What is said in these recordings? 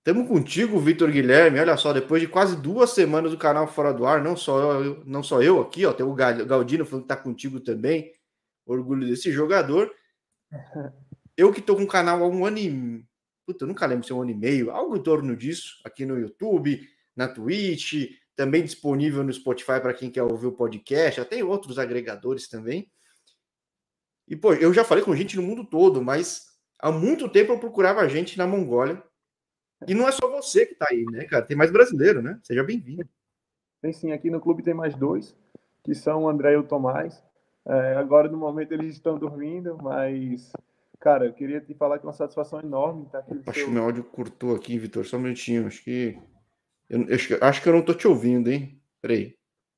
Tamo contigo, Vitor Guilherme. Olha só, depois de quase 2 semanas do canal Fora do Ar, não só eu aqui, ó, tem o Galdino falando que tá contigo também. Orgulho desse jogador. Eu que tô com o canal há um ano e. Puta, eu nunca lembro se é um ano e meio, algo em torno disso, aqui no YouTube, na Twitch, também disponível no Spotify para quem quer ouvir o podcast, até em outros agregadores também. E, pô, eu já falei com gente no mundo todo, mas há muito tempo eu procurava gente na Mongólia. E não é só você que tá aí, né, cara? Tem mais brasileiro, né? Seja bem-vindo. Tem sim, aqui no clube tem mais dois, que são o André e o Tomás. Agora, no momento, eles estão dormindo, mas, cara, eu queria te falar que é uma satisfação enorme estar aqui no Acho que seu. meu áudio cortou aqui, Vitor. Só um minutinho. Acho que eu não tô te ouvindo, hein? Peraí.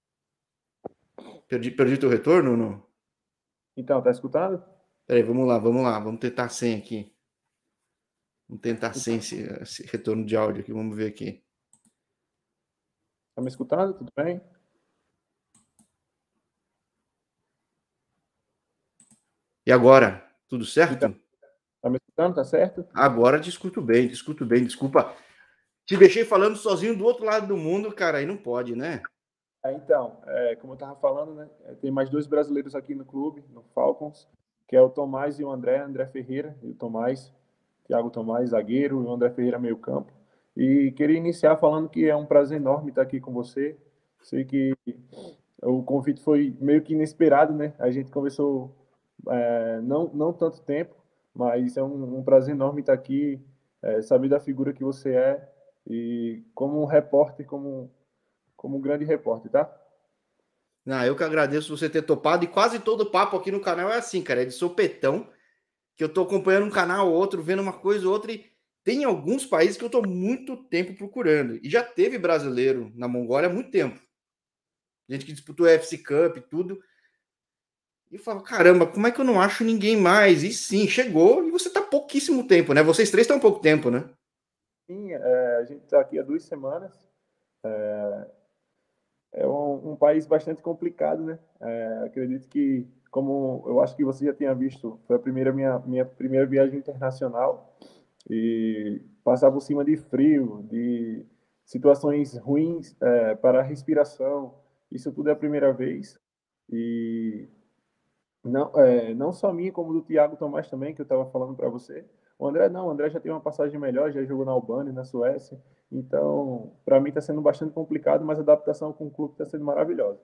Perdi teu retorno ou não? Então, tá escutando? Peraí, vamos lá, vamos lá. Vamos tentar sem aqui. Vamos tentar sem esse retorno de áudio aqui. Vamos ver aqui. Tá me escutando? Tudo bem? E agora? Tudo Então, certo? tá me escutando? Tá certo? Agora te escuto bem, te escuto bem. Desculpa. Te deixei falando sozinho do outro lado do mundo, cara. Aí não pode, né? Como eu tava falando, né? Tem mais dois brasileiros aqui no clube, no Falcons, que é o Tomás e o André, André Ferreira e o Tomás, Thiago Tomás, zagueiro, e o André Ferreira, meio campo. E queria iniciar falando que é um prazer enorme estar aqui com você. Sei que o convite foi meio que inesperado, né? A gente conversou não tanto tempo, mas é um prazer enorme estar aqui, saber da figura que você é e como um repórter, como um grande repórter, tá? Não, eu que agradeço você ter topado. E quase todo papo aqui no canal é assim, cara. É de sopetão. Que eu tô acompanhando um canal ou outro, vendo uma coisa ou outra. E tem alguns países que eu tô muito tempo procurando. E já teve brasileiro na Mongólia há muito tempo. Gente que disputou a FC Cup e tudo. E eu falo, caramba, como é que eu não acho ninguém mais? E sim, chegou e você tá pouquíssimo tempo, né? Vocês três estão pouco tempo, né? Sim, a gente está aqui há 2 semanas. É um país bastante complicado, né? Acredito que, como eu acho que você já tinha visto, foi a minha primeira viagem internacional e passar por cima de frio, de situações ruins para a respiração. Isso tudo é a primeira vez. E não só minha, como do Thiago Tomás também, que eu estava falando para você. O André não, o André já tem uma passagem melhor, já jogou na Albânia, na Suécia. Então, para mim está sendo bastante complicado, mas a adaptação com o clube está sendo maravilhosa.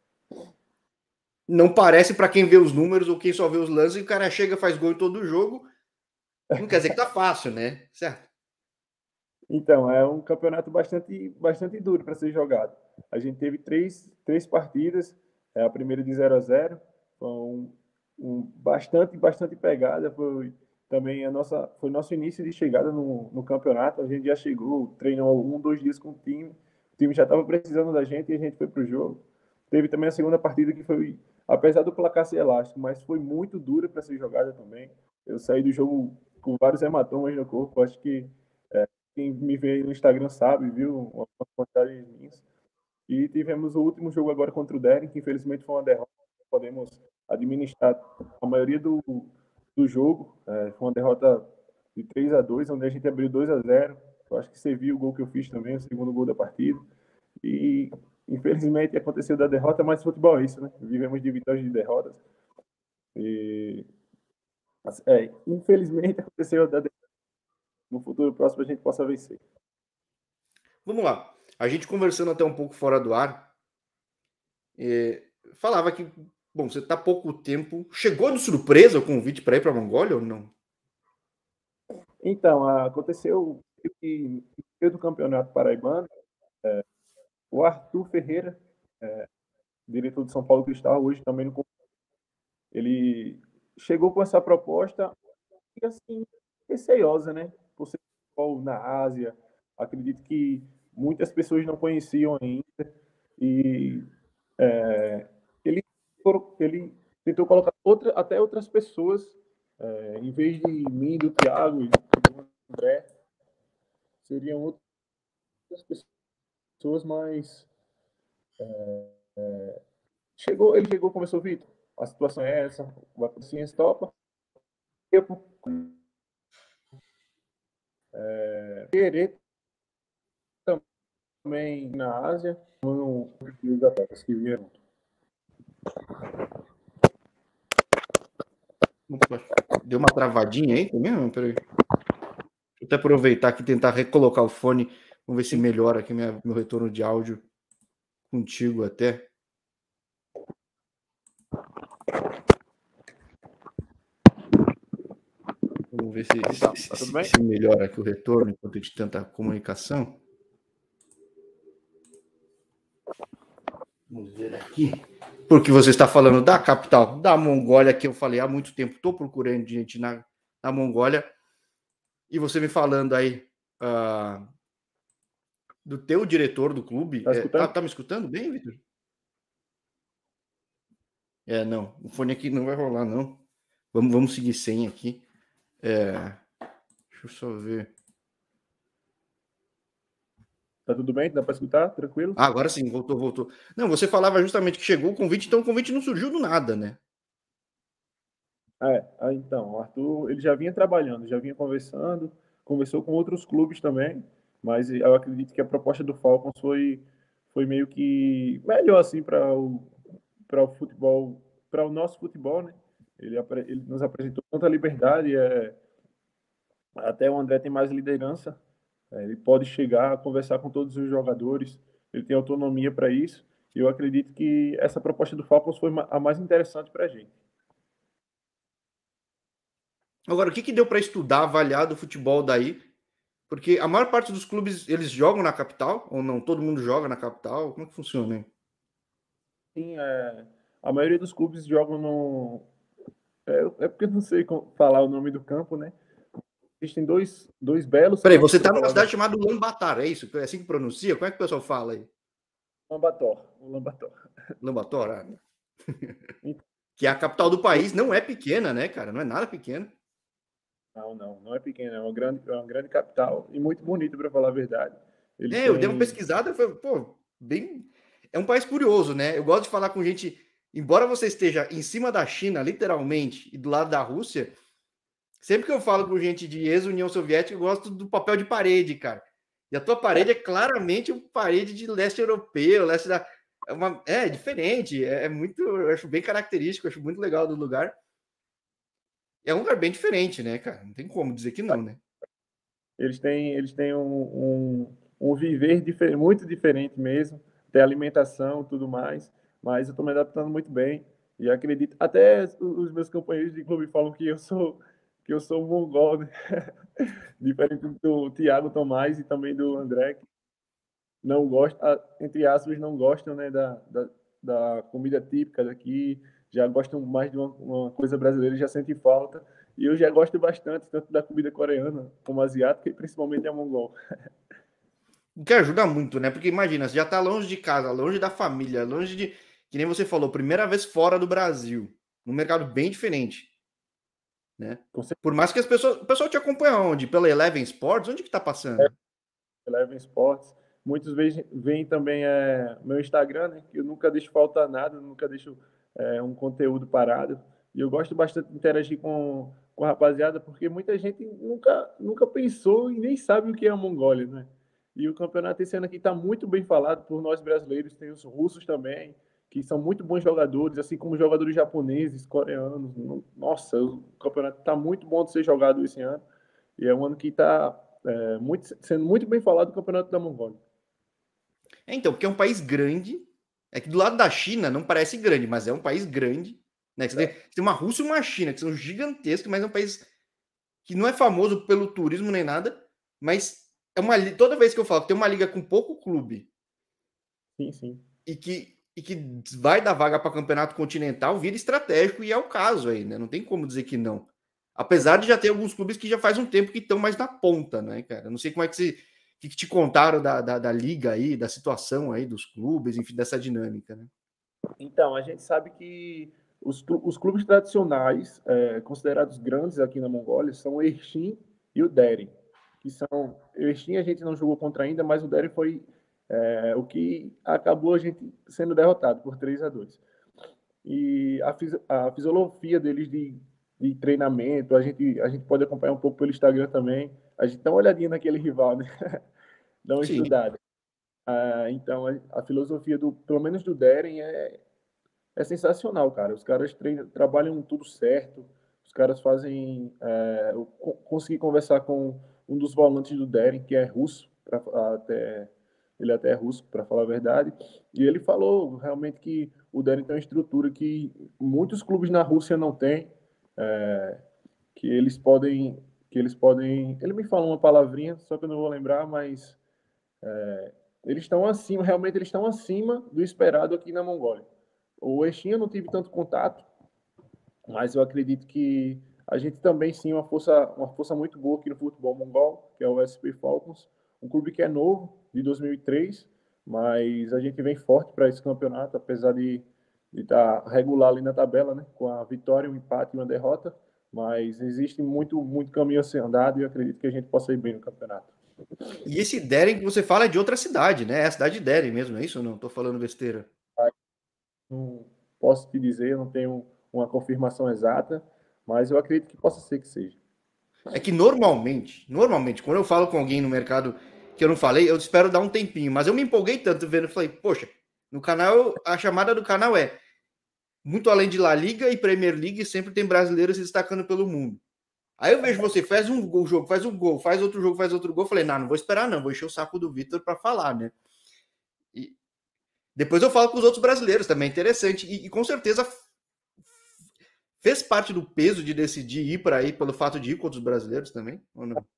Não parece para quem vê os números ou quem só vê os lances, o cara chega, faz gol em todo jogo. Não quer dizer que tá fácil, né? Certo? Então, é um campeonato bastante duro para ser jogado. A gente teve três partidas, a primeira de 0-0, foi bastante pegada, foi também foi nosso início de chegada no campeonato, a gente já chegou, treinou 2 dias com o time já estava precisando da gente e a gente foi para o jogo. Teve também a segunda partida que foi, apesar do placar ser elástico, mas foi muito dura para ser jogada também. Eu saí do jogo com vários hematomas no corpo, acho que quem me vê no Instagram sabe, viu? Algumas postagens minhas. E tivemos o último jogo agora contra o Deren, que infelizmente foi uma derrota. Podemos administrar a maioria do jogo. Foi uma derrota de 3-2, onde a gente abriu 2-0. Eu acho que você viu o gol que eu fiz também, o segundo gol da partida. E infelizmente aconteceu da derrota, mas futebol é isso, né? Vivemos de vitórias e de derrotas. E infelizmente aconteceu da derrota. No futuro próximo a gente possa vencer. Vamos lá. A gente conversando até um pouco fora do ar, falava que, bom, você tá pouco tempo. Chegou de surpresa o convite para ir para a Mongólia ou não? Então, aconteceu que no meio do Campeonato Paraibano, o Arthur Ferreira, diretor de São Paulo Cristal, hoje também no, ele chegou com essa proposta e assim receiosa, né? Por ser futebol na Ásia, acredito que muitas pessoas não conheciam ainda e ele ele tentou colocar até outras pessoas em vez de mim, do Thiago e do André, seriam outras pessoas, mas ele chegou, começou, Vitor, a situação é essa, vai acontecer esse topa. Eu, querer também na Ásia, os atletas que vieram. Opa, deu uma travadinha aí também? Peraí. Deixa eu até aproveitar aqui e tentar recolocar o fone. Vamos ver se melhora aqui meu retorno de áudio contigo até. Vamos ver se melhora aqui o retorno enquanto a gente tenta a comunicação. Vamos ver aqui. Porque você está falando da capital da Mongólia, que eu falei há muito tempo, estou procurando gente na Mongólia, e você me falando aí do teu diretor do clube. Tá me escutando bem, Vitor? Não, o fone aqui não vai rolar, não. Vamos seguir sem aqui. Deixa eu só ver. Tá tudo bem? Dá para escutar? Tranquilo? Agora sim, voltou. Não, você falava justamente que chegou o convite, então o convite não surgiu do nada, né? Então, o Arthur, ele já vinha trabalhando, já vinha conversou com outros clubes também, mas eu acredito que a proposta do Falcons foi meio que melhor, assim, para o futebol, para o nosso futebol, né? Ele nos apresentou tanta liberdade, até o André tem mais liderança, ele pode chegar, conversar com todos os jogadores, ele tem autonomia para isso, e eu acredito que essa proposta do Falcons foi a mais interessante para a gente. Agora, o que deu para estudar, avaliar do futebol daí? Porque a maior parte dos clubes, eles jogam na capital, ou não? Todo mundo joga na capital? Como é que funciona, hein? Sim, a maioria dos clubes jogam no... porque eu não sei falar o nome do campo, né? Existem dois belos Peraí, campos. você tá numa cidade chamada Lambatar, é isso? É assim que pronuncia? Como é que o pessoal fala aí? Lambator. Lambator, que é a capital do país, não é pequena, né, cara? Não é nada pequena. Não é pequena, é uma grande capital e muito bonita, para falar a verdade. Eu dei uma pesquisada, foi, bem... É um país curioso, né? Eu gosto de falar com gente, embora você esteja em cima da China, literalmente, e do lado da Rússia, sempre que eu falo com gente de ex-União Soviética, eu gosto do papel de parede, cara. E a tua parede é claramente uma parede de leste europeu, leste da... É diferente, muito... Eu acho bem característico, eu acho muito legal do lugar. É um lugar bem diferente, né, cara? Não tem como dizer que não, né? Eles têm um viver muito diferente mesmo, tem alimentação e tudo mais, mas eu estou me adaptando muito bem e acredito. Até os meus companheiros de clube falam que eu sou um mongol, né? Diferente do Thiago Tomás e também do André, que não gosta, entre aspas, não gostam, né, da comida típica daqui, já gostam mais de uma coisa brasileira, já sentem falta. E eu já gosto bastante, tanto da comida coreana como asiática, e principalmente a mongol. O que ajuda muito, né? Porque imagina, você já tá longe de casa, longe da família, longe de. Que nem você falou, primeira vez fora do Brasil. Num mercado bem diferente. Né? Por mais que o pessoal te acompanha onde? Pela Eleven Sports? Onde que tá passando? Eleven Sports. Muitos veem também meu Instagram, né? Que eu nunca deixo faltar nada, nunca deixo um conteúdo parado. E eu gosto bastante de interagir com a rapaziada, porque muita gente nunca pensou e nem sabe o que é a Mongólia, né? E o campeonato esse ano aqui está muito bem falado por nós brasileiros, tem os russos também, que são muito bons jogadores, assim como jogadores japoneses, coreanos. Nossa, o campeonato está muito bom de ser jogado esse ano. E é um ano que está sendo muito bem falado do campeonato da Mongólia. Então, porque é um país grande. É que do lado da China não parece grande, mas é um país grande. Né? Você tem uma Rússia e uma China, que são gigantescos, mas é um país que não é famoso pelo turismo nem nada. Mas toda vez que eu falo que tem uma liga com pouco clube. Sim. E que vai dar vaga para campeonato continental, vira estratégico, e é o caso aí, né? Não tem como dizer que não. Apesar de já ter alguns clubes que já faz um tempo que estão mais na ponta, né, cara? Não sei como é que te contaram da liga aí, da situação aí dos clubes, enfim, dessa dinâmica, né? Então, a gente sabe que os clubes tradicionais, considerados grandes aqui na Mongólia, são o Erchin e o Deren. Que são, o Erchin a gente não jogou contra ainda, mas o Deren foi o que acabou a gente sendo derrotado por 3-2. E a fisiologia deles de treinamento, a gente pode acompanhar um pouco pelo Instagram também. A gente dá uma olhadinha naquele rival, né? Dá uma Sim. estudada. Então, a filosofia, pelo menos do Deren, é sensacional, cara. Os caras trabalham tudo certo, os caras fazem. Eu consegui conversar com um dos volantes do Deren, que é russo, até, ele até é russo, para falar a verdade, e ele falou realmente que o Deren tem uma estrutura que muitos clubes na Rússia não têm, é, que eles podem. Que eles podem. Ele me falou uma palavrinha, só que eu não vou lembrar, mas eles estão acima, realmente eles estão acima do esperado aqui na Mongólia. O Exim eu não tive tanto contato, mas eu acredito que a gente também sim uma força muito boa aqui no futebol mongol, que é o SP Falcons, um clube que é novo, de 2003, mas a gente vem forte para esse campeonato, apesar de estar regular ali na tabela, né, com a vitória, um empate e uma derrota, mas existe muito caminho a ser andado e eu acredito que a gente possa ir bem no campeonato. E esse Deren que você fala é de outra cidade, né? É a cidade de Deren mesmo, é isso ou não? Tô falando besteira. Não posso te dizer, eu não tenho uma confirmação exata, mas eu acredito que possa ser que seja. É que normalmente, quando eu falo com alguém no mercado que eu não falei, eu espero dar um tempinho, mas eu me empolguei tanto vendo, eu falei, poxa, no canal, a chamada do canal é muito além de La Liga e Premier League, sempre tem brasileiros se destacando pelo mundo. Aí eu vejo você, faz um gol, jogo, faz um gol, faz outro jogo, faz outro gol. Eu falei, não vou esperar, não, vou encher o saco do Vitor para falar, né? E depois eu falo com os outros brasileiros também, interessante. E com certeza fez parte do peso de decidir ir para aí pelo fato de ir com outros brasileiros também, ou não?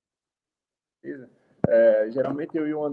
Geralmente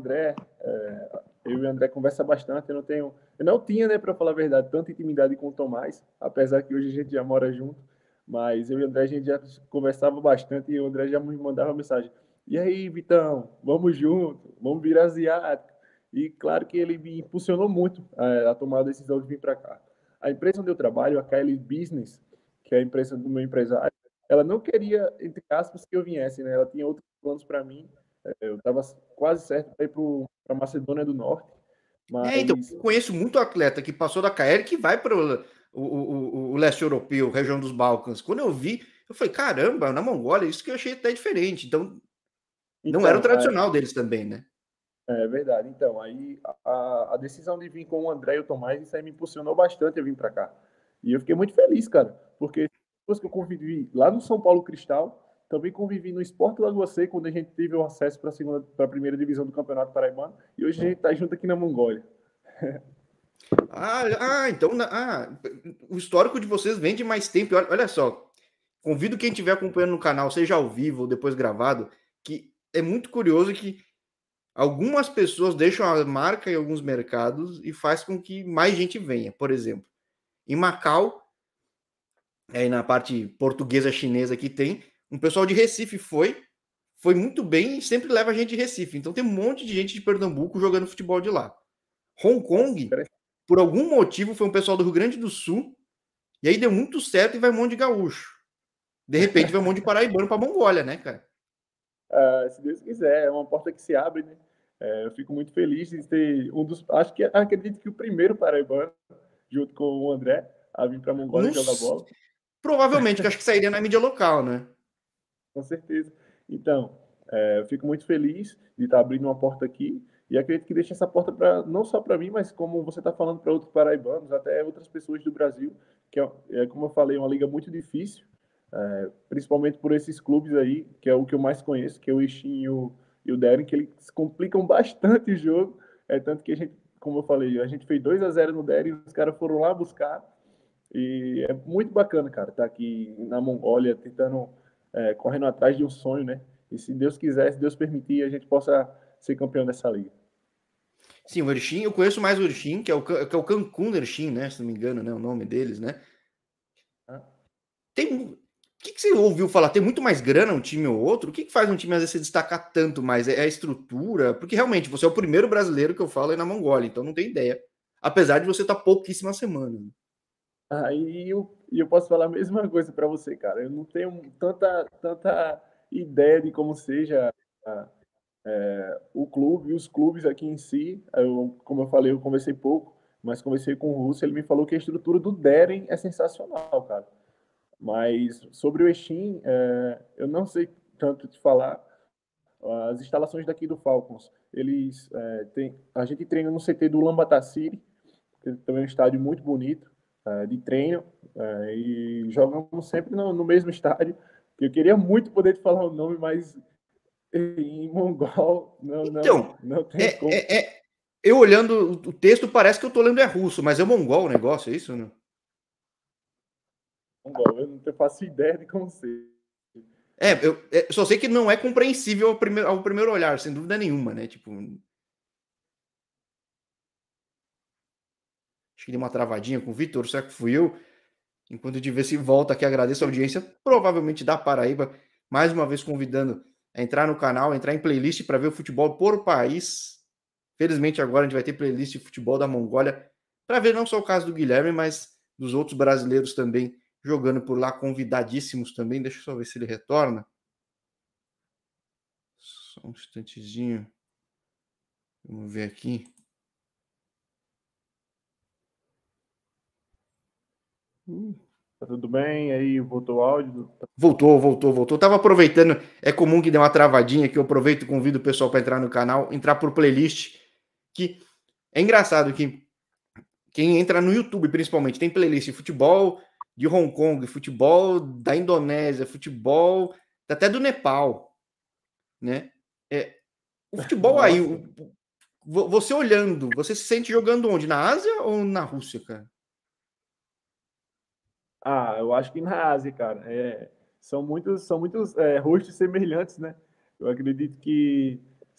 eu e o André conversa bastante. Eu não tinha, né, para falar a verdade, tanta intimidade com o Tomás, apesar que hoje a gente já mora junto. Mas eu e o André a gente já conversava bastante e o André já me mandava mensagem. E aí, Vitão, vamos junto, vamos virar asiático. E claro que ele me impulsionou muito a tomar a decisão de vir para cá. A empresa onde eu trabalho, a KL Business, que é a empresa do meu empresário, ela não queria, entre aspas, que eu viesse, né? Ela tinha outros planos para mim. Eu estava quase certo para ir para a Macedônia do Norte, Então, mas eu conheço muito atleta que passou da KL que vai para o leste europeu, região dos Balcãs. Quando eu vi, eu falei, caramba, na Mongólia, isso que eu achei até diferente. Então, não era o então, tradicional deles também, né? é verdade. Então, aí a decisão de vir com o André e o Tomás, isso aí me impulsionou bastante a vir para cá. E eu fiquei muito feliz, cara, porque depois que eu convivi lá no São Paulo Cristal, também convivi no Sport Lagoa Seca, quando a gente teve o acesso para a primeira divisão do Campeonato Paraibano, e hoje a gente está junto aqui na Mongólia. Então o histórico de vocês vem de mais tempo. Olha só, convido quem estiver acompanhando no canal, seja ao vivo ou depois gravado, que é muito curioso que algumas pessoas deixam a marca em alguns mercados e faz com que mais gente venha. Por exemplo, em Macau, aí na parte portuguesa chinesa que tem, um pessoal de Recife foi muito bem e sempre leva gente de Recife. Então tem um monte de gente de Pernambuco jogando futebol de lá. Hong Kong, por algum motivo, foi um pessoal do Rio Grande do Sul, e aí deu muito certo e vai um monte de gaúcho. De repente vai um monte de paraibano para Mongólia, né, cara? Se Deus quiser, é uma porta que se abre, né? Eu fico muito feliz de ter acredito que o primeiro paraibano, junto com o André, a vir para a Mongólia Não, jogar bola. provavelmente, que acho que sairia na mídia local, né? Com certeza. Então, eu fico muito feliz de estar abrindo uma porta aqui e acredito que deixa essa porta para não só para mim, mas como você está falando para outros paraibanos, até outras pessoas do Brasil, que como eu falei, uma liga muito difícil, principalmente por esses clubes aí, que é o que eu mais conheço, que é o Ixim e o Deren, que eles complicam bastante o jogo, tanto que a gente, como eu falei, a gente fez 2-0 no Deren, os caras foram lá buscar e é muito bacana, cara, estar aqui na Mongólia tentando, correndo atrás de um sonho, né? E se Deus quiser, se Deus permitir, a gente possa ser campeão dessa liga. Sim, o Erchim, eu conheço mais o Erchim, que é o Cancún Erchim, né? Se não me engano, né? O nome deles, né? O que você ouviu falar? Tem muito mais grana um time ou outro? O que faz um time às vezes se destacar tanto mais? É a estrutura? Porque realmente você é o primeiro brasileiro que eu falo aí na Mongólia, então não tenho ideia. Apesar de você estar pouquíssimas semanas. Eu posso falar a mesma coisa para você, cara. Eu não tenho tanta ideia de como seja o clube e os clubes aqui em si. Como eu falei, eu conversei pouco, mas conversei com o Russo, ele me falou que a estrutura do Deren é sensacional, cara. Mas sobre o Exim, eu não sei tanto te falar. as instalações daqui do Falcons, a gente treina no CT do Ulaanbaatar City, que também é um estádio muito bonito de treino, e jogamos sempre no mesmo estádio. Eu queria muito poder te falar o nome, mas em mongol Então, não tem como. eu olhando o texto, parece que eu tô lendo é russo, mas é mongol o negócio, é isso? Né? Mongol, eu não faço ideia de como ser. Eu só sei que não é compreensível ao primeiro olhar, sem dúvida nenhuma, né? Tipo, acho que deu uma travadinha com o Vitor, será que fui eu? Enquanto de ver se volta aqui, agradeço a audiência, provavelmente da Paraíba, mais uma vez convidando a entrar no canal, entrar em playlist para ver o futebol por país. Felizmente agora a gente vai ter playlist de futebol da Mongólia para ver não só o caso do Guilherme, mas dos outros brasileiros também jogando por lá, convidadíssimos também. Deixa eu só ver se ele retorna. Só um instantezinho. Vamos ver aqui. Tá tudo bem? Aí voltou o áudio? Voltou. Tava aproveitando, é comum que dê uma travadinha, que eu aproveito e convido o pessoal para entrar no canal, entrar por playlist, que é engraçado que quem entra no YouTube, principalmente, tem playlist de futebol de Hong Kong, futebol da Indonésia, futebol até do Nepal, né? O futebol aí, Nossa. você olhando, você se sente jogando onde? Na Ásia ou na Rússia, cara? Eu acho que na Ásia, cara. São muitos rostos semelhantes, né? Eu acredito que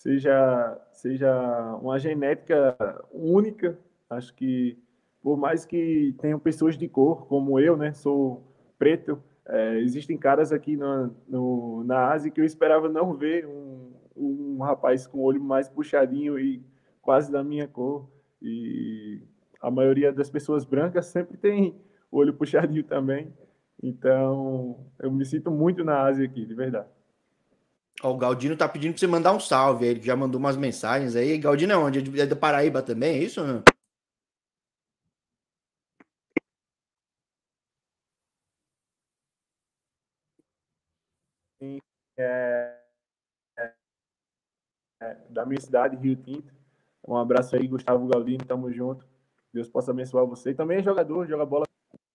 seja uma genética única. Acho que, por mais que tenham pessoas de cor, como eu, né? Sou preto, existem caras aqui na Ásia que eu esperava não ver um rapaz com o olho mais puxadinho e quase da minha cor. E a maioria das pessoas brancas sempre tem olho puxadinho também. Então, eu me sinto muito na Ásia aqui, de verdade. Ó, o Galdino tá pedindo pra você mandar um salve. Ele já mandou umas mensagens aí. Galdino é onde? É da Paraíba também, é isso? Ou não? E, é, da minha cidade, Rio Tinto. Um abraço aí, Gustavo Galdino, tamo junto. Deus possa abençoar você. Também é jogador, joga bola.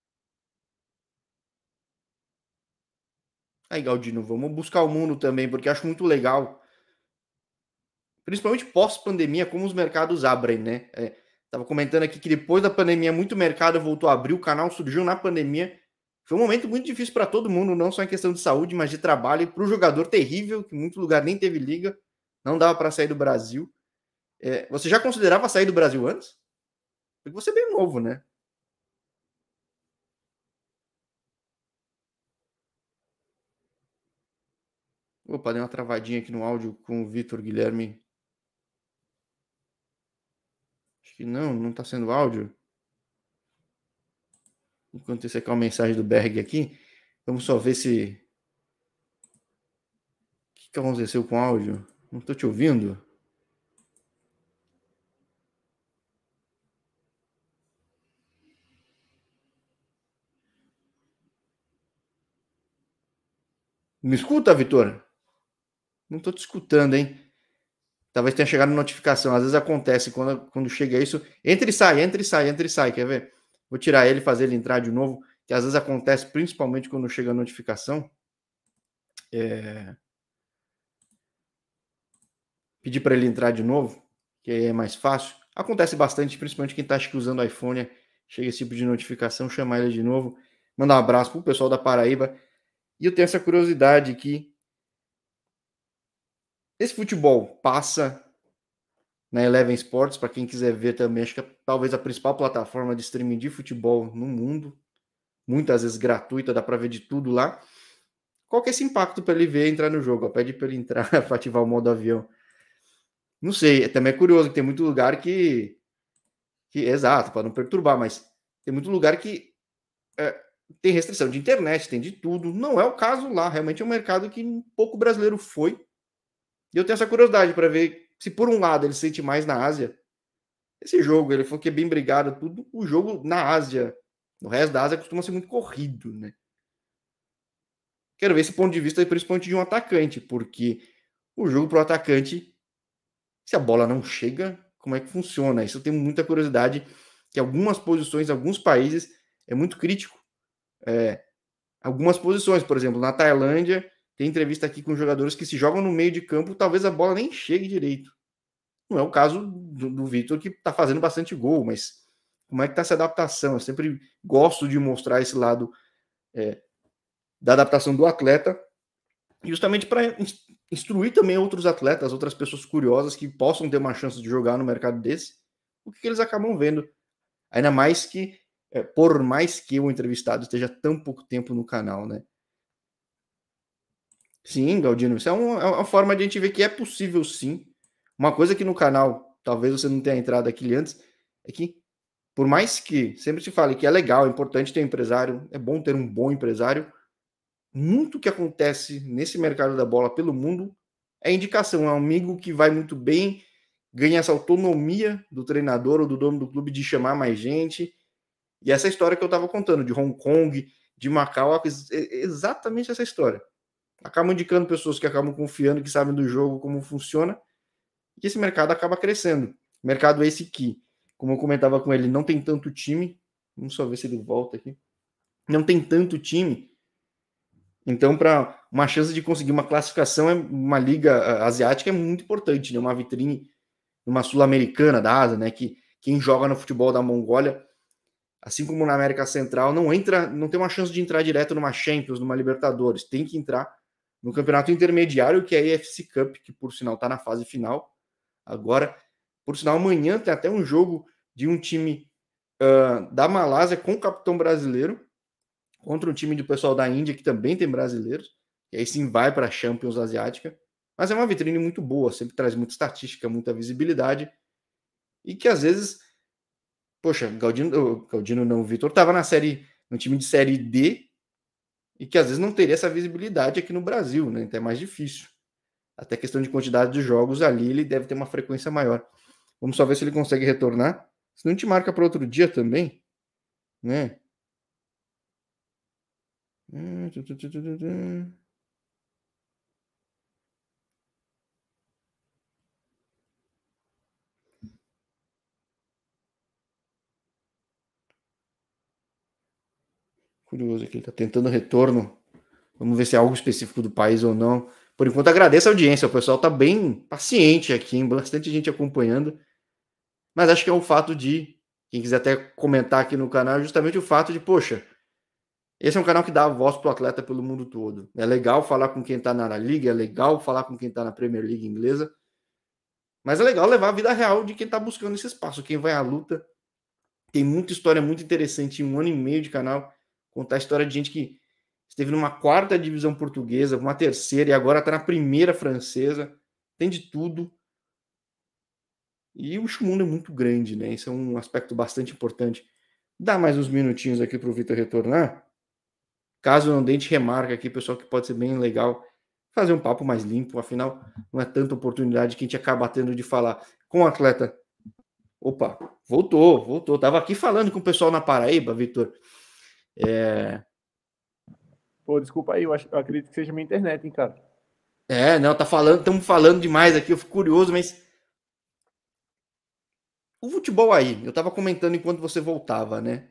Aí, Galdino, vamos buscar o mundo também, porque acho muito legal, principalmente pós-pandemia, como os mercados abrem, né? Tava comentando aqui que depois da pandemia, muito mercado voltou a abrir, o canal surgiu na pandemia. Foi um momento muito difícil para todo mundo, não só em questão de saúde, mas de trabalho. Para o jogador terrível, que em muito lugar nem teve liga, não dava para sair do Brasil. Você já considerava sair do Brasil antes? Porque você é bem novo, né? Opa, deu uma travadinha aqui no áudio com o Vitor Guilherme. Acho que não tá sendo áudio. Enquanto isso aqui é uma mensagem do Berg aqui, vamos só ver se. O que aconteceu com o áudio? Não tô te ouvindo. Me escuta, Vitor? Não tô te escutando, hein? Talvez tenha chegado notificação. Às vezes acontece quando chega isso. Entra e sai. Quer ver? Vou tirar ele, fazer ele entrar de novo. Que às vezes acontece, principalmente quando chega a notificação. Pedir para ele entrar de novo, que aí é mais fácil. Acontece bastante, principalmente quem está usando iPhone. Chega esse tipo de notificação, chamar ele de novo. Mandar um abraço pro pessoal da Paraíba. E eu tenho essa curiosidade que esse futebol passa na Eleven Sports, para quem quiser ver também, acho que é talvez a principal plataforma de streaming de futebol no mundo, muitas vezes gratuita, dá para ver de tudo lá. Qual que é esse impacto para ele ver entrar no jogo? Pede para ele entrar para ativar o modo avião. Não sei, também é curioso que tem muito lugar que exato, para não perturbar, mas tem muito lugar que tem restrição de internet, tem de tudo. Não é o caso lá, realmente é um mercado que pouco brasileiro foi. E eu tenho essa curiosidade para ver se por um lado ele se sente mais na Ásia. Esse jogo, ele falou que é bem brigado, tudo. O jogo na Ásia, no resto da Ásia, costuma ser muito corrido, né? Quero ver esse ponto de vista, principalmente de um atacante, porque o jogo para o atacante, se a bola não chega, como é que funciona? Isso eu tenho muita curiosidade, que algumas posições, alguns países, é muito crítico. Algumas posições, por exemplo, na Tailândia, tem entrevista aqui com jogadores que se jogam no meio de campo, talvez a bola nem chegue direito. Não é o caso do Vitor, que está fazendo bastante gol, mas como é que está essa adaptação? Eu sempre gosto de mostrar esse lado da adaptação do atleta, justamente para instruir também outros atletas, outras pessoas curiosas que possam ter uma chance de jogar no mercado desse, o que eles acabam vendo. Ainda mais que, por mais que o entrevistado esteja tão pouco tempo no canal, né? Sim, Galdino, isso é uma forma de a gente ver que é possível sim. Uma coisa que no canal, talvez você não tenha entrado aqui antes, é que, por mais que sempre se fale que é legal, é importante ter um empresário, é bom ter um bom empresário, muito que acontece nesse mercado da bola pelo mundo é indicação, é um amigo que vai muito bem, ganha essa autonomia do treinador ou do dono do clube de chamar mais gente. E essa história que eu estava contando, de Hong Kong, de Macau, é exatamente essa história. Acabam indicando pessoas que acabam confiando, que sabem do jogo, como funciona, e esse mercado acaba crescendo. Mercado esse que, como eu comentava com ele, não tem tanto time. Vamos só ver se ele volta aqui. Não tem tanto time. Então, para uma chance de conseguir uma classificação, uma liga asiática é muito importante, né? Uma vitrine, uma sul-americana da Ásia, né? Que quem joga no futebol da Mongólia, assim como na América Central, não tem uma chance de entrar direto numa Champions, numa Libertadores. Tem que entrar no campeonato intermediário, que é a AFC Cup, que por sinal está na fase final. Agora, por sinal, amanhã tem até um jogo de um time da Malásia com o capitão brasileiro contra um time do pessoal da Índia, que também tem brasileiros. E aí sim vai para a Champions Asiática. Mas é uma vitrine muito boa, sempre traz muita estatística, muita visibilidade. E que às vezes, poxa, Galdino não, o Vitor estava no time de série D, e que às vezes não teria essa visibilidade aqui no Brasil, né? Então é mais difícil. Até questão de quantidade de jogos ali, ele deve ter uma frequência maior. Vamos só ver se ele consegue retornar. Se não, te marca para outro dia também, né? Curioso aqui, ele está tentando retorno. Vamos ver se é algo específico do país ou não. Por enquanto, agradeço a audiência. O pessoal está bem paciente aqui, hein? Bastante gente acompanhando. Mas acho que é o fato de, quem quiser até comentar aqui no canal, é justamente o fato de, poxa, esse é um canal que dá voz para o atleta pelo mundo todo. É legal falar com quem está na Liga, é legal falar com quem está na Premier League inglesa, mas é legal levar a vida real de quem está buscando esse espaço, quem vai à luta. Tem muita história muito interessante em 1 ano e meio de canal, contar a história de gente que esteve numa quarta divisão portuguesa, uma terceira e agora está na primeira francesa. Tem de tudo. E o mundo é muito grande, né? Isso é um aspecto bastante importante. Dá mais uns minutinhos aqui para o Vitor retornar. Caso não dê, a gente remarca aqui, pessoal, que pode ser bem legal fazer um papo mais limpo. Afinal, não é tanta oportunidade que a gente acaba tendo de falar com o atleta. Opa, voltou. Tava aqui falando com o pessoal na Paraíba, Vitor. Pô, desculpa aí, eu acredito que seja minha internet, hein, cara. Não, estamos falando demais aqui, eu fico curioso, mas o futebol aí, eu estava comentando enquanto você voltava, né?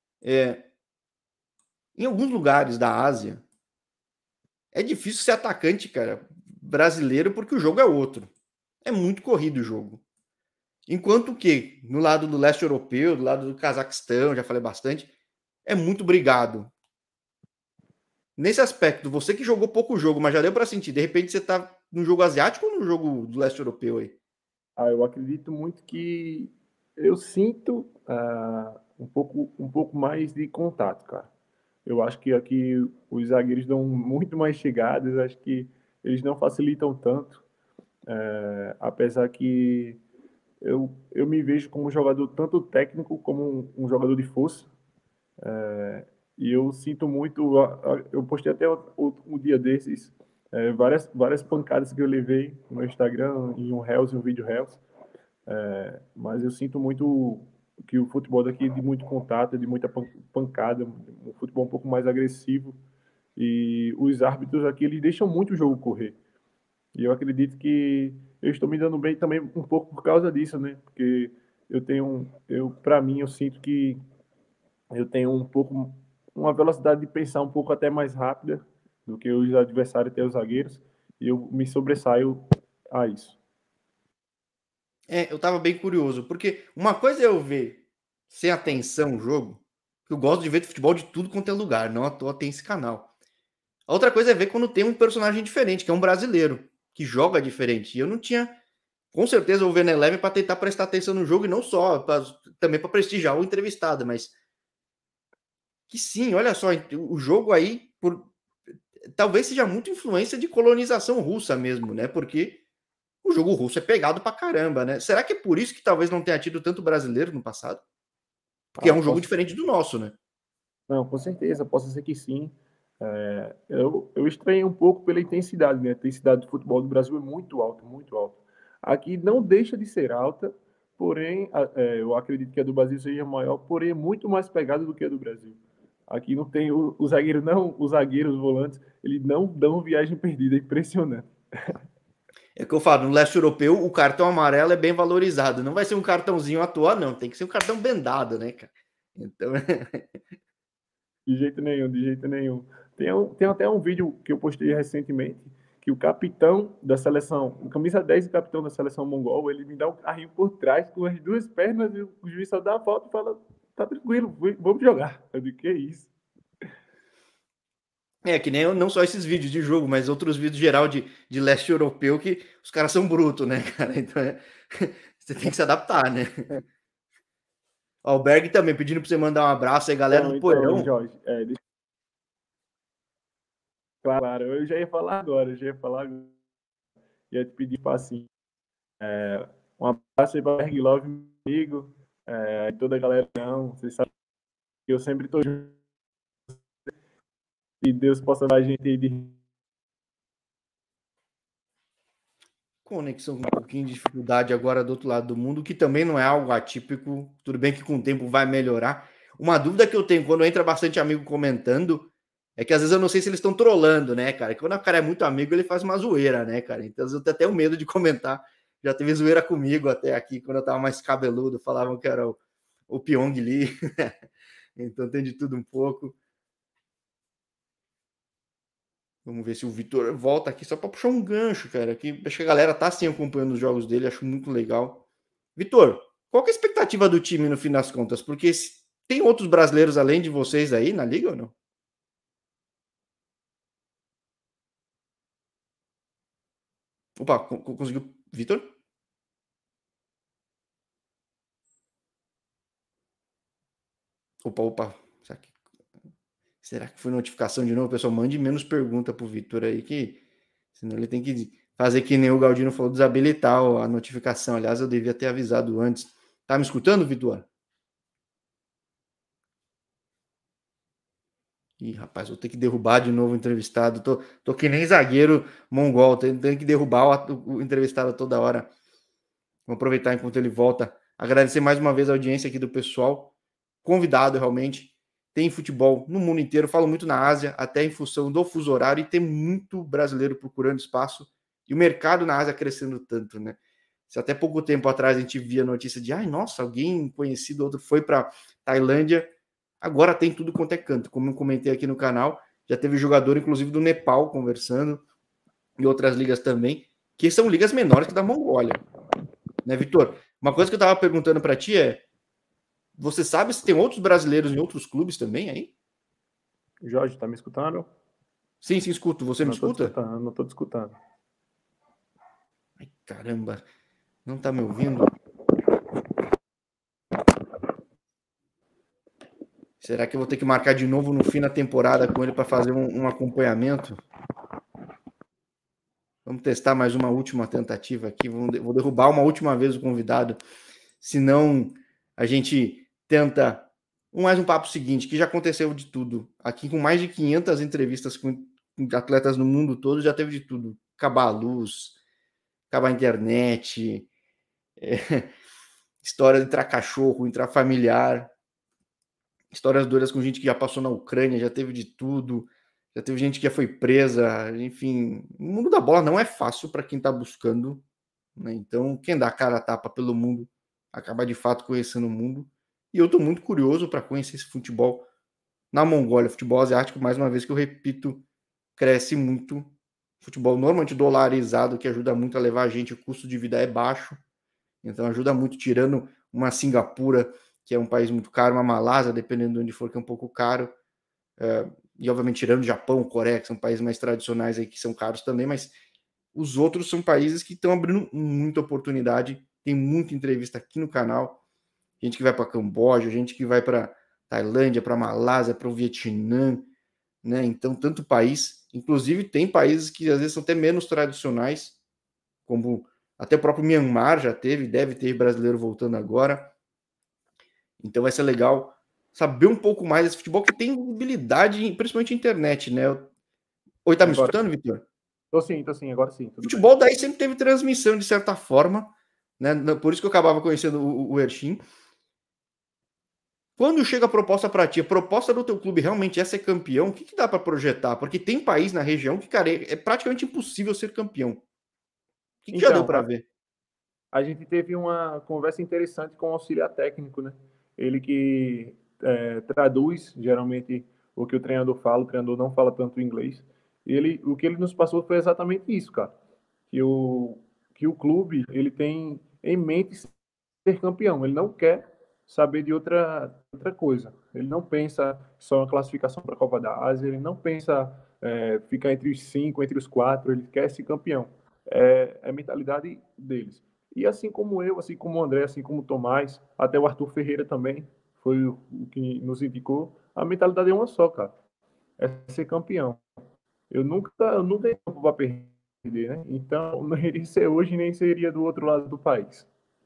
Em alguns lugares da Ásia, é difícil ser atacante, cara, brasileiro, porque o jogo é outro. É muito corrido o jogo. Enquanto que, no lado do leste europeu, do lado do Cazaquistão, já falei bastante, é muito brigado. Nesse aspecto, você que jogou pouco jogo, mas já deu para sentir, de repente você tá no jogo asiático ou no jogo do leste europeu aí? Eu acredito muito que eu sinto um pouco mais de contato, cara. Eu acho que aqui os zagueiros dão muito mais chegadas, acho que eles não facilitam tanto, apesar que eu me vejo como um jogador tanto técnico como um jogador de força. E eu sinto muito. Eu postei até um dia desses várias pancadas que eu levei no Instagram, em um Reels, em um vídeo Reels. Mas eu sinto muito que o futebol daqui é de muito contato, de muita pancada, um futebol um pouco mais agressivo. E os árbitros aqui eles deixam muito o jogo correr. E eu acredito que eu estou me dando bem também um pouco por causa disso, né? Porque para mim, eu sinto que eu tenho um pouco, uma velocidade de pensar um pouco até mais rápida do que os adversários, até os zagueiros, e eu me sobressaio a isso. Eu tava bem curioso, porque uma coisa é eu ver sem atenção o jogo, que eu gosto de ver futebol de tudo quanto é lugar, não à toa tem esse canal. A outra coisa é ver quando tem um personagem diferente, que é um brasileiro, que joga diferente. E eu não tinha, com certeza, o Veneleve para tentar prestar atenção no jogo e não só, também para prestigiar o entrevistado, mas que sim, olha só, o jogo aí, talvez seja muito influência de colonização russa mesmo, né? Porque o jogo russo é pegado pra caramba, né? Será que é por isso que talvez não tenha tido tanto brasileiro no passado? Porque é Ah, um jogo diferente do nosso, né? não, com certeza, posso ser que sim. Eu estranhei um pouco pela intensidade, né? A intensidade do futebol do Brasil é muito alta, muito alta. Aqui não deixa de ser alta, porém, eu acredito que a do Brasil seja maior, porém é muito mais pegada do que a do Brasil. Aqui não tem o zagueiro, não, os zagueiros, os volantes, eles não dão viagem perdida, é impressionante. É que eu falo, no leste europeu, o cartão amarelo é bem valorizado. Não vai ser um cartãozinho à toa, não. Tem que ser um cartão bendado, né, cara? Então, De jeito nenhum, de jeito nenhum. Tem até um vídeo que eu postei recentemente, que o capitão da seleção, o camisa 10 e capitão da seleção mongol, ele me dá um carrinho por trás com as duas pernas e o juiz só dá a volta e fala, tá tranquilo, vamos jogar. Eu digo, que isso? que nem não só esses vídeos de jogo, mas outros vídeos geral de leste europeu que os caras são brutos, né, cara? Então, você tem que se adaptar, né? Albergue também pedindo pra você mandar um abraço aí, galera do Então, Poeirão. Jorge, claro, eu já ia falar agora, eu já ia falar agora, ia te pedir passinho. Um abraço aí para Berg Love, meu amigo, toda a galera, não, vocês sabem que eu sempre tô junto, e Deus possa dar a gente aí de Conexão com um pouquinho de dificuldade agora do outro lado do mundo, que também não é algo atípico. Tudo bem que com o tempo vai melhorar. Uma dúvida que eu tenho quando entra bastante amigo comentando é que às vezes eu não sei se eles estão trolando, né, cara? Quando o cara é muito amigo, ele faz uma zoeira, né, cara? Então eu tenho até o medo de comentar. Já teve zoeira comigo até aqui, quando eu tava mais cabeludo, falavam que era o Pyong Lee. Então tem de tudo um pouco. Vamos ver se o Vitor volta aqui só para puxar um gancho, cara. Que acho que a galera tá sim acompanhando os jogos dele, acho muito legal. Vitor, qual que é a expectativa do time no fim das contas? Porque tem outros brasileiros além de vocês aí na liga ou não? Opa, conseguiu. Vitor? Opa. Será que foi notificação de novo? Pessoal, mande menos pergunta pro Vitor aí, que senão ele tem que fazer que nem o Galdino falou, desabilitar a notificação. Aliás, eu devia ter avisado antes. Tá me escutando, Vitor? Ih, rapaz, vou ter que derrubar de novo o entrevistado. Tô que nem zagueiro mongol, tenho que derrubar o entrevistado toda hora. Vou aproveitar enquanto ele volta. Agradecer mais uma vez a audiência aqui do pessoal. Convidado, realmente. Tem futebol no mundo inteiro. Falo muito na Ásia, até em função do fuso horário. E tem muito brasileiro procurando espaço. E o mercado na Ásia crescendo tanto, né? Se até pouco tempo atrás a gente via notícia de, ai, nossa, alguém conhecido, outro foi para Tailândia. Agora tem tudo quanto é canto. Como eu comentei aqui no canal, já teve jogador, inclusive, do Nepal conversando, e outras ligas também, que são ligas menores que da Mongólia. Né, Vitor? Uma coisa que eu estava perguntando para ti é: você sabe se tem outros brasileiros em outros clubes também aí? Jorge, tá me escutando? Sim, sim, escuto. Você me Não tô te escuta? escutando, não tô te escutando. Ai, caramba, não tá me ouvindo? Será que eu vou ter que marcar de novo no fim da temporada com ele para fazer um acompanhamento? Vamos testar mais uma última tentativa aqui. Vou derrubar uma última vez o convidado. Senão, a gente tenta mais um papo seguinte, que já aconteceu de tudo. Aqui com mais de 500 entrevistas com atletas no mundo todo, já teve de tudo. Acabar a luz, acabar a internet, história de entrar cachorro, entrar familiar, histórias duras com gente que já passou na Ucrânia, já teve de tudo. já teve gente que já foi presa, enfim. O mundo da bola não é fácil para quem está buscando, né? Então, quem dá a cara a tapa pelo mundo acaba de fato conhecendo o mundo. E eu estou muito curioso para conhecer esse futebol na Mongólia, futebol asiático, mais uma vez que eu repito, cresce muito. Futebol normalmente dolarizado, que ajuda muito a levar a gente, o custo de vida é baixo, então ajuda muito, tirando uma Singapura, que é um país muito caro, uma Malásia, dependendo de onde for, que é um pouco caro, e obviamente tirando Japão, Coreia, que são países mais tradicionais aí, que são caros também, mas os outros são países que estão abrindo muita oportunidade, tem muita entrevista aqui no canal, gente que vai para Camboja, gente que vai para Tailândia, para Malásia, para o Vietnã, né? Então, tanto país, inclusive tem países que às vezes são até menos tradicionais, como até o próprio Myanmar já teve, deve ter brasileiro voltando agora. Então vai ser legal saber um pouco mais desse futebol que tem habilidade, principalmente internet, né? Oi, tá me Agora escutando, sim. Vitor? Tô sim, agora sim, O tudo bem. futebol daí sempre teve transmissão de certa forma, né? Por isso que eu acabava conhecendo o Erchim. Quando chega a proposta para ti, a proposta do teu clube realmente é ser campeão, o que, que dá para projetar? Porque tem país na região que, cara, é praticamente impossível ser campeão. O que, que já deu Então, para ver? a gente teve uma conversa interessante com o auxiliar técnico, né? Ele que traduz geralmente o que o treinador não fala tanto inglês. O que ele nos passou foi exatamente isso, cara. Que o, que o clube ele tem em mente ser campeão. Ele não quer saber de outra coisa. Ele não pensa só em classificação para a Copa da Ásia. Ele não pensa ficar entre os cinco, entre os quatro. Ele quer ser campeão. É a mentalidade deles. E assim como eu, assim como o André, assim como o Tomás, até o Arthur Ferreira também foi o que nos indicou, a mentalidade é uma só, cara. É ser campeão. Eu nunca ia para perder, né? Então, não iria ser hoje, nem seria do outro lado do país.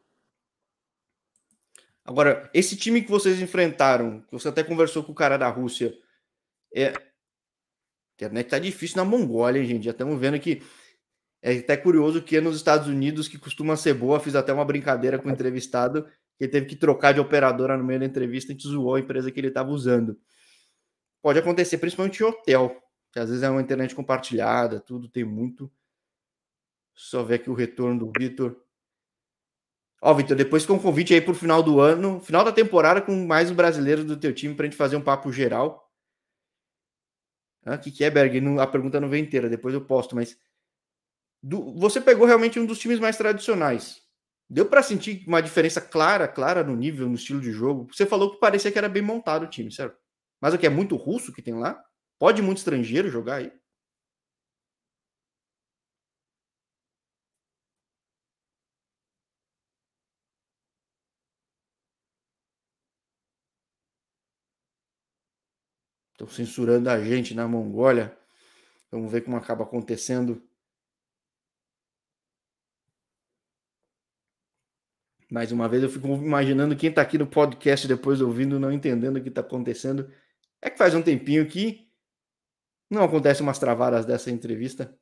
Agora, esse time que vocês enfrentaram, que você até conversou com o cara da Rússia, a internet tá difícil na Mongólia, hein, gente? Já estamos vendo que é até curioso que é nos Estados Unidos, que costuma ser boa, fiz até uma brincadeira com o entrevistado, que ele teve que trocar de operadora no meio da entrevista, a gente zoou a empresa que ele estava usando. Pode acontecer, principalmente em hotel, que às vezes é uma internet compartilhada, tudo tem muito. Só ver aqui o retorno do Vitor. Ó, Vitor, depois com um convite aí pro final do ano, final da temporada, com mais os brasileiros do teu time, pra gente fazer um papo geral. O que é, Berg? A pergunta não vem inteira, depois eu posto, mas você pegou realmente um dos times mais tradicionais. Deu para sentir uma diferença clara no nível, no estilo de jogo? Você falou que parecia que era bem montado o time, certo? Mas o que é muito russo que tem lá? Pode muito estrangeiro jogar aí? Estão censurando a gente na Mongólia. Vamos ver como acaba acontecendo. Mais uma vez, eu fico imaginando quem está aqui no podcast depois ouvindo, não entendendo o que está acontecendo. É que faz um tempinho que não acontece umas travadas dessa entrevista.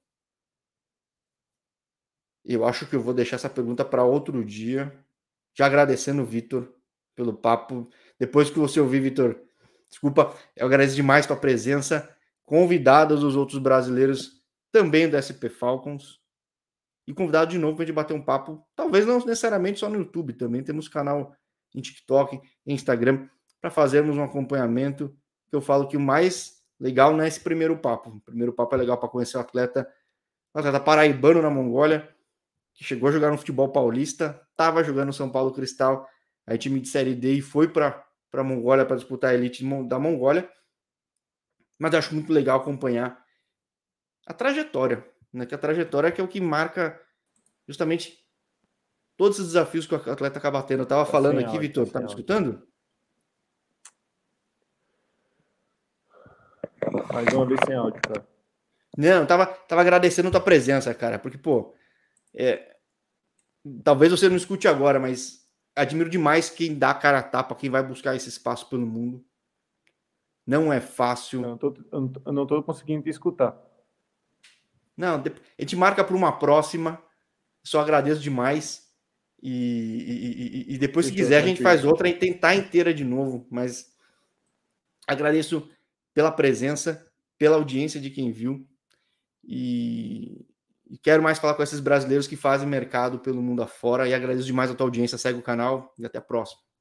Eu acho que eu vou deixar essa pergunta para outro dia. Já agradecendo o Vitor pelo papo. Depois que você ouvir, Vitor, desculpa, eu agradeço demais tua presença. Convidados os outros brasileiros também do SP Falcons. E convidado de novo para a gente bater um papo, talvez não necessariamente só no YouTube, também temos canal em TikTok, em Instagram, para fazermos um acompanhamento, que eu falo que o mais legal não é esse primeiro papo. O primeiro papo é legal para conhecer o atleta paraibano na Mongólia, que chegou a jogar no futebol paulista, estava jogando no São Paulo Cristal, aí time de Série D e foi para a Mongólia para disputar a elite da Mongólia. Mas eu acho muito legal acompanhar a trajetória, né? Que a trajetória que é o que marca justamente todos os desafios que o atleta acaba tendo. Eu estava falando aqui, Tá Vitor, tá sem me áudio. escutando? Mais uma vez sem áudio, cara. Não, tava agradecendo a tua presença, cara, porque, pô, talvez você não escute agora, mas admiro demais quem dá a cara a tapa, quem vai buscar esse espaço pelo mundo. Não é fácil. Eu não tô conseguindo te escutar. Não, a gente marca para uma próxima. Só agradeço demais. E depois, se Fechou, quiser, a gente faz tranquilo. outra e tentar inteira de novo. Mas agradeço pela presença. pela audiência de quem viu. E quero mais falar com esses brasileiros que fazem mercado pelo mundo afora. E agradeço demais a tua audiência. Segue o canal e até a próxima.